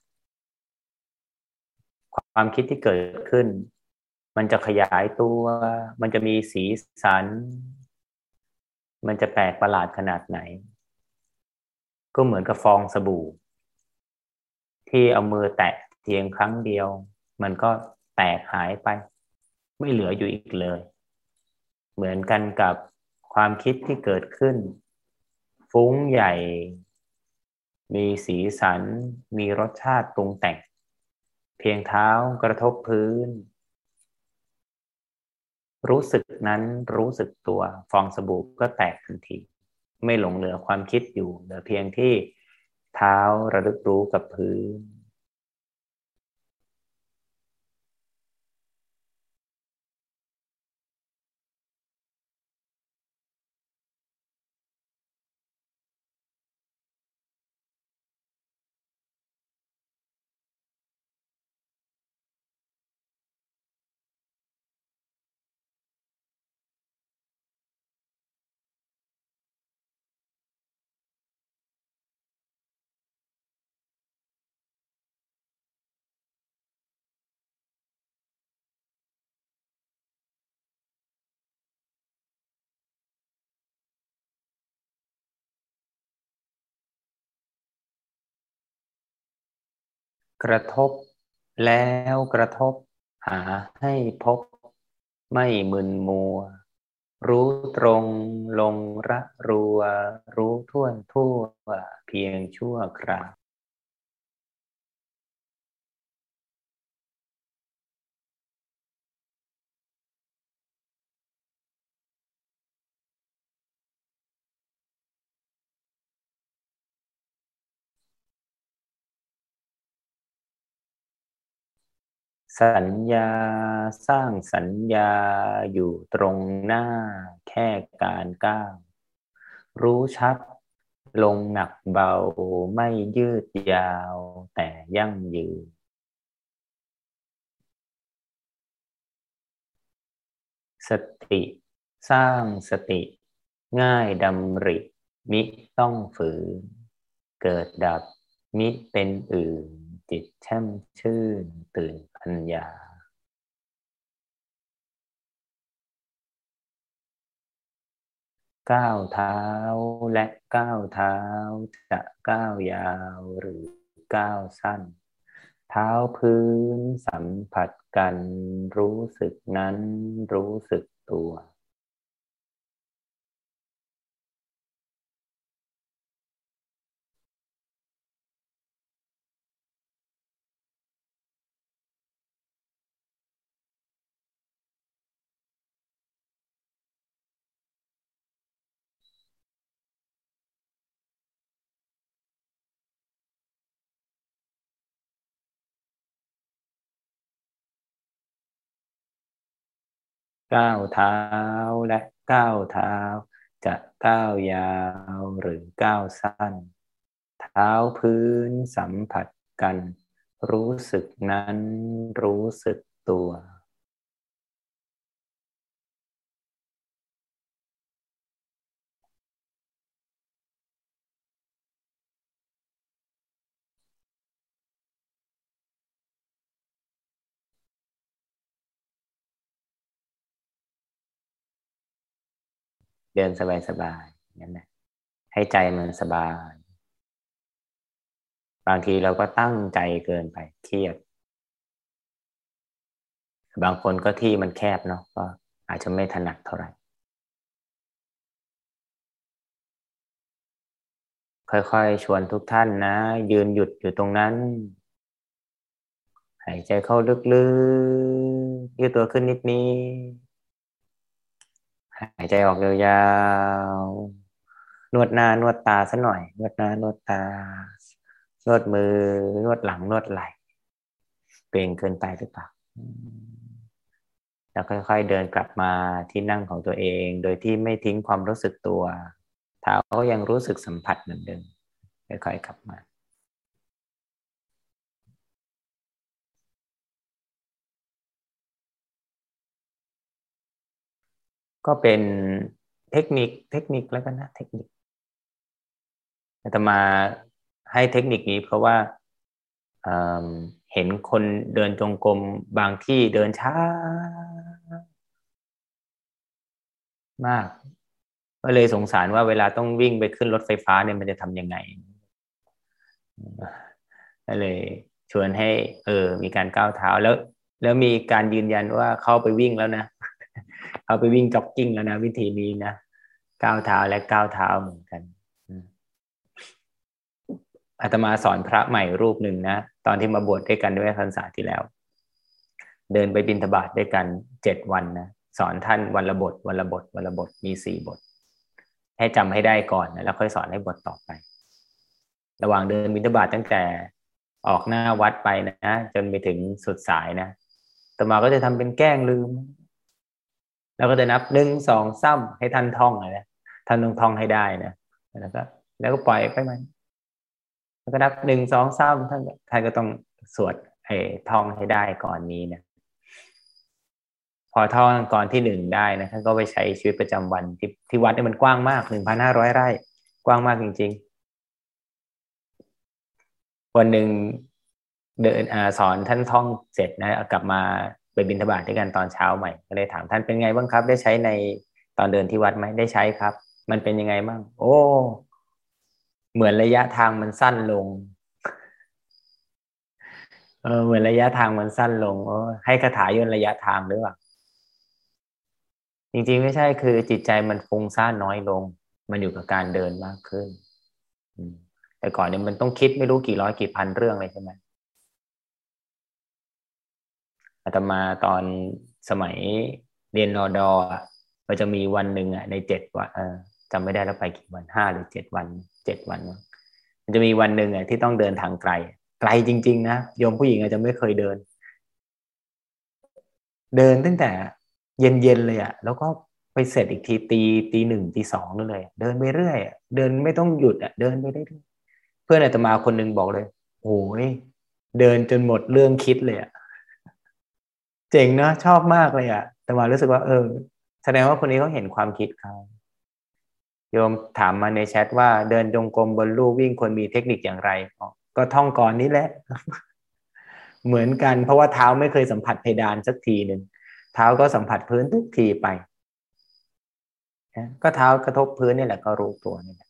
ความคิดที่เกิดขึ้นมันจะขยายตัวมันจะมีสีสันมันจะแปลกประหลาดขนาดไหนก็เหมือนกับฟองสบู่ที่เอามือแตะเพียงครั้งเดียวมันก็แตกหายไปไม่เหลืออยู่อีกเลยเหมือนกันกับความคิดที่เกิดขึ้นฟุ้งใหญ่มีสีสันมีรสชาติปรุงแต่งเพียงเท้ากระทบพื้นรู้สึกนั้นรู้สึกตัวฟองสบู่ก็แตกทันทีไม่หลงเหลือความคิดอยู่เหลือเพียงที่เท้าระลึกรู้กับพื้นกระทบแล้วกระทบหาให้พบไม่มึนมัวรู้ตรงลงระรัวรู้ท่วนทั่วเพียงชั่วคราวสัญญาสร้างสัญญาอยู่ตรงหน้าแค่การก้าวรู้ชัดลงหนักเบาไม่ยืดยาวแต่ยั่งยืนสติสร้างสติง่ายดำริมิต้องฝืนเกิดดับมิเป็นอื่นจิตแช่มชื่นตื่นปัญญาก้าวเท้าและก้าวเท้าจะก้าวยาวหรือก้าวสั้นเท้าพื้นสัมผัสกันรู้สึกนั้นรู้สึกตัวก้าวเท้าและก้าวเท้าจะก้าวยาวหรือก้าวสั้นเท้าพื้นสัมผัสกันรู้สึกนั้นรู้สึกตัวเดินสบายๆนั่นแหละให้ใจมันสบายบางทีเราก็ตั้งใจเกินไปเครียดบางคนก็ที่มันแคบเนาะก็อาจจะไม่ถนัดเท่าไหร่ค่อยๆชวนทุกท่านนะยืนหยุดอยู่ตรงนั้นหายใจเข้าลึกๆยืดตัวขึ้นนิดนี้หายใจออกยาวๆนวดหน้านวดตาสักหน่อยนวดหน้านวดตานวดมือนวดหลังนวดไหล่เกร็งเกินไปหรือเปล่าแล้วค่อยๆเดินกลับมาที่นั่งของตัวเองโดยที่ไม่ทิ้งความรู้สึกตัวเท้าก็ยังรู้สึกสัมผัสเหมือนเดิมค่อยๆกลับมาก็เป็นเทคนิคแล้วกันนะเทคนิคอาตมาให้เทคนิคนี้เพราะว่าเอ่เห็นคนเดินจงกรมบางที่เดินช้ามากก็เลยสงสารว่าเวลาต้องวิ่งไปขึ้นรถไฟฟ้าเนี่ยมันจะทำยังไงก็เลยชวนให้มีการก้าวเท้าแล้วมีการยืนยันว่าเข้าไปวิ่งแล้วนะเข้าไปวิ่งจ็อกกิ้งแล้วนะวิธีนี้นะก้าวเท้าและก้าวเท้าเหมือนกันอาตมาสอนพระใหม่รูปหนึ่งนะตอนที่มาบวชด้วยกันด้วยพรรษาที่แล้วเดินไปบิณฑบาตด้วยกัน7 วันนะสอนท่านวันละบทวันละบทวันละบทมี4 บทให้จำให้ได้ก่อนนะแล้วค่อยสอนให้บทต่อไประหว่างเดินบิณฑบาตตั้งแต่ออกหน้าวัดไปนะจนไปถึงสุดสายนะอาตมาก็จะทำเป็นแกล้งลืมแล้วก็จะนับ1 2 3ให้ท่านท่องนะท่านต้องท่องให้ได้นะแล้วก็ปล่อยไปมันแล้วก็นับ1 2 3ท่านก็ต้องสวดท่องให้ได้ก่อนนี้นะพอท่องก่อนที่1ได้นะท่านก็ไปใช้ชีวิตประจำวันที่วัดเนี่ยมันกว้างมาก1,500 ไร่กว้างมากจริงๆวันหนึ่งเดินสอนท่านท่องเสร็จนะกลับมาไปบิณฑบาตด้วยกันตอนเช้าใหม่ก็เลยถามท่านเป็นไงบ้างครับได้ใช้ในตอนเดินที่วัดไหมได้ใช้ครับมันเป็นยังไงบ้างโอ้เหมือนระยะทางมันสั้นลงเหมือนระยะทางมันสั้นลงให้คาถาย่นระยะทางหรือเปล่าจริงๆไม่ใช่คือจิตใจมันฟุ้งซ่านน้อยลงมันอยู่กับการเดินมากขึ้นแต่ก่อนเนี่ยมันต้องคิดไม่รู้กี่ร้อยกี่พันเรื่องเลยใช่ไหมอาตมาตอนสมัยเรียนรอดอมันจะมีวันหนึ่งใน7 วันจำไม่ได้แล้วไปกี่วัน5 หรือ 7 วัน7 วันมันจะมีวันหนึ่งที่ต้องเดินทางไกลไกลจริงๆนะโยมผู้หญิงอาจจะไม่เคยเดินตั้งแต่เย็นๆเลยแล้วก็ไปเสร็จอีกทีตี 1ตี 2นั่นเลยเดินไปเรื่อยเดินไม่ต้องหยุดเดินไปเรื่อยเพื่อนอาตมาคนหนึ่งบอกเลยโอ้ยเดินจนหมดเรื่องคิดเลยเจ๋งนะชอบมากเลยแต่มารู้สึกว่าแสดงว่าคนนี้เขาเห็นความคิดเขาโยมถามมาในแชทว่าเดินจงกรมบนลู่วิ่งควรมีเทคนิคอย่างไรก็ท่องก่อนนี้แหละเหมือนกันเพราะว่าเท้าไม่เคยสัมผัสเพดานสักทีหนึ่งเท้าก็สัมผัสพื้นทุกทีไปก็เท้ากระทบพื้นนี่แหละก็รู้ตัวนี่แหละ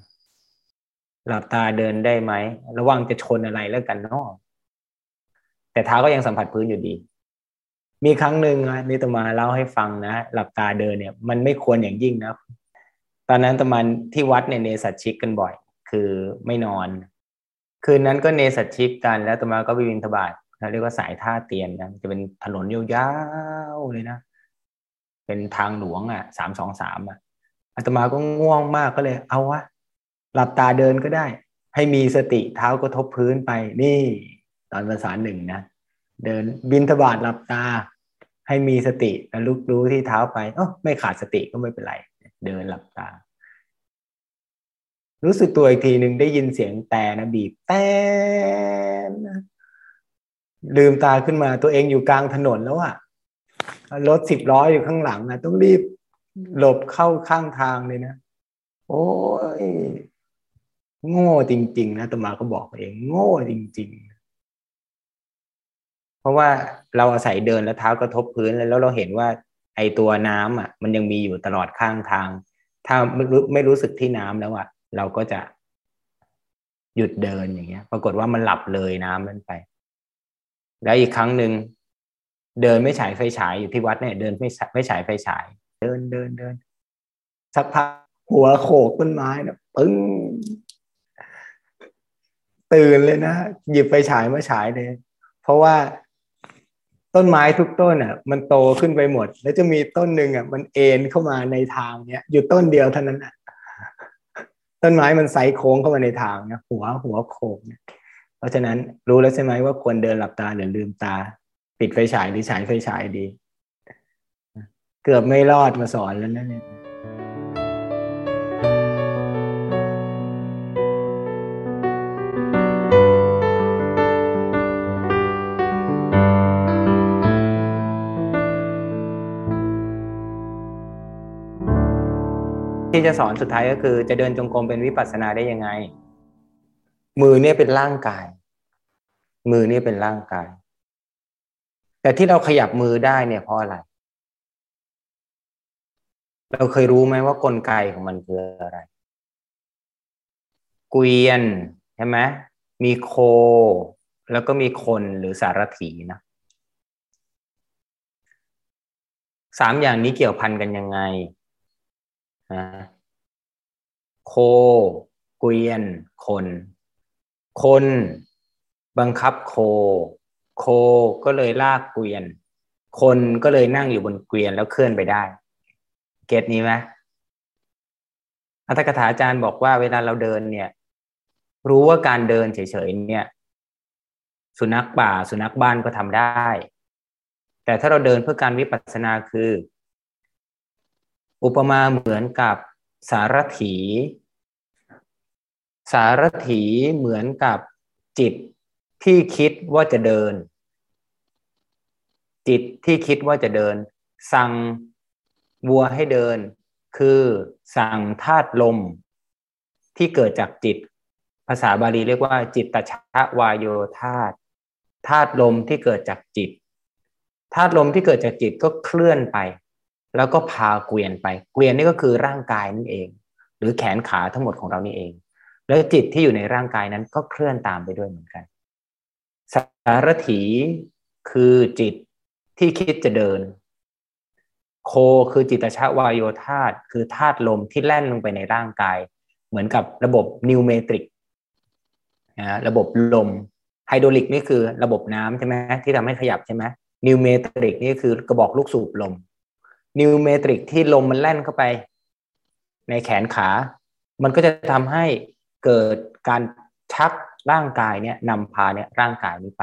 หลับตาเดินได้ไหมระวังจะชนอะไรแล้วกันเนาะแต่เท้าก็ยังสัมผัสพื้นอยู่ดีมีครั้งหนึ่งนี่อาตมาเล่าให้ฟังนะหลับตาเดินเนี่ยมันไม่ควรอย่างยิ่งนะตอนนั้นอาตมาที่วัดเนี่ยเนสัชชิกกันบ่อยคือไม่นอนคืนนั้นก็เนสัชชิกกันแล้วอาตมาก็ไปบิณฑบาตเขาเรียกว่าสายท่าเตียนนะจะเป็นถนนยาวๆเลยนะเป็นทางหลวง323อาตมาก็ง่วงมากก็เลยเอาวะหลับตาเดินก็ได้ให้มีสติเท้ากระทบพื้นไปนี่ตอนภาษาหนึ่งนะเดินบิณฑบาตหลับตาให้มีสติแล้วลุกรู้ที่เท้าไปไม่ขาดสติก็ไม่เป็นไรเดินหลับตารู้สึกตัวอีกทีหนึ่งได้ยินเสียงแต่นะบีบแต่ลืมตาขึ้นมาตัวเองอยู่กลางถนนแล้วรถ10 ล้ออยู่ข้างหลังต้องรีบหลบเข้าข้างทางเลยนะโอ้ยโง่จริงๆนะอาตมาก็บอกเองโง่จริงๆเพราะว่าเราอาศัยเดินแล้วเท้ากระทบพื้นแล้วเราเห็นว่าไอตัวน้ำมันยังมีอยู่ตลอดข้างทางถ้าไม่รู้สึกที่น้ำแล้วเราก็จะหยุดเดินอย่างเงี้ยปรากฏว่ามันหลับเลยน้ำนั้นไปแล้วอีกครั้งหนึ่งเดินไม่ฉายไฟฉายอยู่ที่วัดเนี่ยเดินไม่ฉายไฟฉายเดินสักพักหัวโขกต้นไม้นะปึ้งตื่นเลยนะหยิบไฟฉายมาฉายเลยเพราะว่าต้นไม้ทุกต้นมันโตขึ้นไปหมดแล้วจะมีต้นหนึ่งมันเอ็นเข้ามาในทางเนี้ยอยู่ต้นเดียวเท่านั้นต้นไม้มันไซโค้งเข้ามาในทางนะหัวโขกเนี่ยเพราะฉะนั้นรู้แล้วใช่ไหมว่าควรเดินหลับตาหรือลืมตาปิดไฟฉายหรือฉายไฟฉายดีเกือบไม่รอดมาสอนแล้วนั่นเองที่จะสอนสุดท้ายก็คือจะเดินจงกรมเป็นวิปัสสนาได้ยังไงมือเนี่ยเป็นร่างกายมือนี่เป็นร่างกายแต่ที่เราขยับมือได้เนี่ยเพราะอะไรเราเคยรู้ไหมว่ากลไกของมันคืออะไรเกวียนใช่ไหมมีโคแล้วก็มีคนหรือสารถีนะ3อย่างนี้เกี่ยวพันกันยังไงโคเกวียนคนบังคับโคก็เลยลากเกวียนคนก็เลยนั่งอยู่บนเกวียนแล้วเคลื่อนไปได้เก็ตนี้ไหมอัตถกถาอาจารย์บอกว่าเวลาเราเดินเนี่ยรู้ว่าการเดินเฉยๆเนี่ยสุนัขป่าสุนัขบ้านก็ทำได้แต่ถ้าเราเดินเพื่อการวิปัสสนาคืออุปมาเหมือนกับสารถีเหมือนกับจิตที่คิดว่าจะเดินจิตที่คิดว่าจะเดินสั่งวัวให้เดินคือสั่งธาตุลมที่เกิดจากจิตภาษาบาลีเรียกว่าจิตตชวายโยธาตุลมที่เกิดจากจิตธาตุลมที่เกิดจากจิตก็เคลื่อนไปแล้วก็พาเกวียนไปเกวียนนี่ก็คือร่างกายนั่นเองหรือแขนขาทั้งหมดของเรานี่เองแล้วจิตที่อยู่ในร่างกายนั้นก็เคลื่อนตามไปด้วยเหมือนกันสารถีคือจิตที่คิดจะเดินโคคือจิตตชวายโยธาตุคือธาตุลมที่แล่นลงไปในร่างกายเหมือนกับระบบนิวเมตริกระบบลมไฮดรอลิกนี่คือระบบน้ำใช่ไหมที่ทำให้ขยับใช่ไหมนิวเมตริกนี่คือกระบอกลูกสูบลมนิวเมตริกที่ลมมันแล่นเข้าไปในแขนขามันก็จะทำให้เกิดการชักร่างกายเนี่ยนำพาเนี่ยร่างกายนี้ไป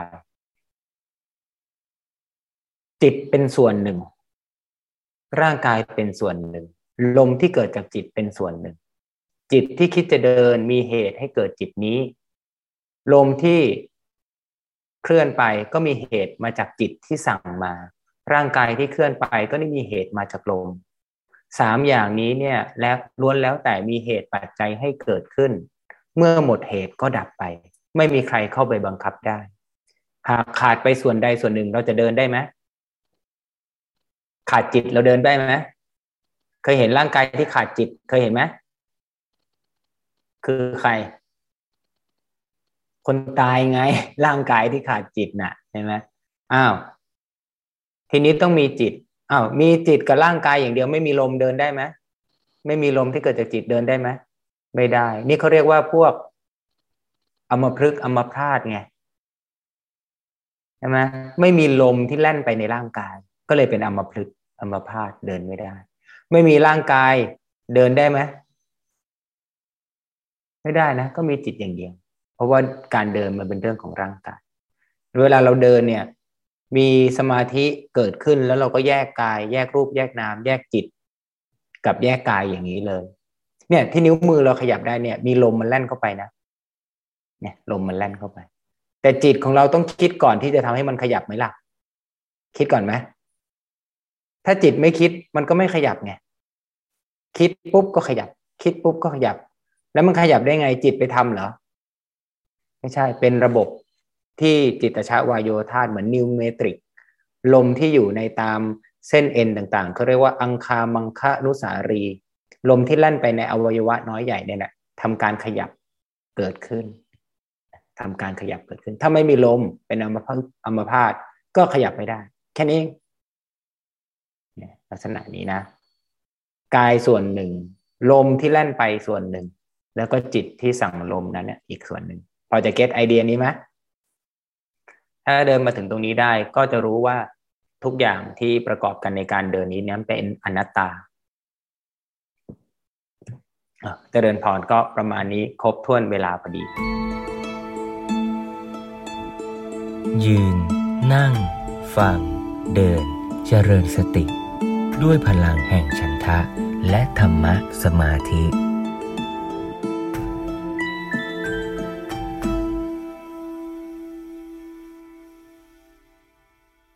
จิตเป็นส่วนหนึ่งร่างกายเป็นส่วนหนึ่งลมที่เกิดจากจิตเป็นส่วนหนึ่งจิตที่คิดจะเดินมีเหตุให้เกิดจิตนี้ลมที่เคลื่อนไปก็มีเหตุมาจากจิตที่สั่งมาร่างกายที่เคลื่อนไปก็ได้มีเหตุมาจากลม3อย่างนี้เนี่ยแล้วล้วนแล้วแต่มีเหตุปัจจัยให้เกิดขึ้นเมื่อหมดเหตุก็ดับไปไม่มีใครเข้าไปบังคับได้หากขาดไปส่วนใดส่วนหนึ่งเราจะเดินได้ไหมขาดจิตเราเดินได้ไหมเคยเห็นร่างกายที่ขาดจิตเคยเห็นไหมคือใครคนตายไงร่างกายที่ขาดจิตน่ะใช่ไหมอ้าวทีนี้ต้องมีจิตอ้าวมีจิตกับร่างกายอย่างเดียวไม่มีลมเดินได้ไหมไม่มีลมที่เกิดจากจิตเดินได้ไหมไม่ได้นี่เขาเรียกว่าพวกอัมพฤกษ์อัมพาตไงใช่ไหมไม่มีลมที่แล่นไปในร่างกายก็เลยเป็นอัมพฤกษ์อัมพาตเดินไม่ได้ไม่มีร่างกายเดินได้ไหมไม่ได้นะก็มีจิตอย่างเดียวเพราะว่าการเดินมันเป็นเรื่องของร่างกายเวลาเราเดินเนี่ยมีสมาธิเกิดขึ้นแล้วเราก็แยกกายแยกรูปแยกนามแยกจิตกับแยกกายอย่างนี้เลยเนี่ยที่นิ้วมือเราขยับได้เนี่ยมีลมมันแล่นเข้าไปนะเนี่ยลมมันแล่นเข้าไปแต่จิตของเราต้องคิดก่อนที่จะทำให้มันขยับไหมล่ะคิดก่อนไหมถ้าจิตไม่คิดมันก็ไม่ขยับไงคิดปุ๊บก็ขยับคิดปุ๊บก็ขยับแล้วมันขยับได้ไงจิตไปทำเหรอไม่ใช่เป็นระบบที่จิตชวายโยธาตุเหมือนนิวเมตริกลมที่อยู่ในตามเส้นเอ็นต่างๆเขาเรียกว่าอังคามังคะนุสารีลมที่แล่นไปในอวัยวะน้อยใหญ่เนี่ยแหละทำการขยับเกิดขึ้นทำการขยับเกิดขึ้นถ้าไม่มีลมเป็นอัมพาตก็ขยับไม่ได้แค่นี้ลักษณะนี้นะกายส่วนหนึ่งลมที่แล่นไปส่วนหนึ่งแล้วก็จิตที่สั่งลมนั้นเนี่ยอีกส่วนหนึ่งพอจะเก็ตไอเดียนี้ไหมถ้าเดินมาถึงตรงนี้ได้ก็จะรู้ว่าทุกอย่างที่ประกอบกันในการเดินนี้นั้นเป็นอนัตตาเจริญพรก็ประมาณนี้ครบถ้วนเวลาพอดียืนนั่งฟังเดินเจริญสติด้วยพลังแห่งฉันทะและธรรมะสมาธิ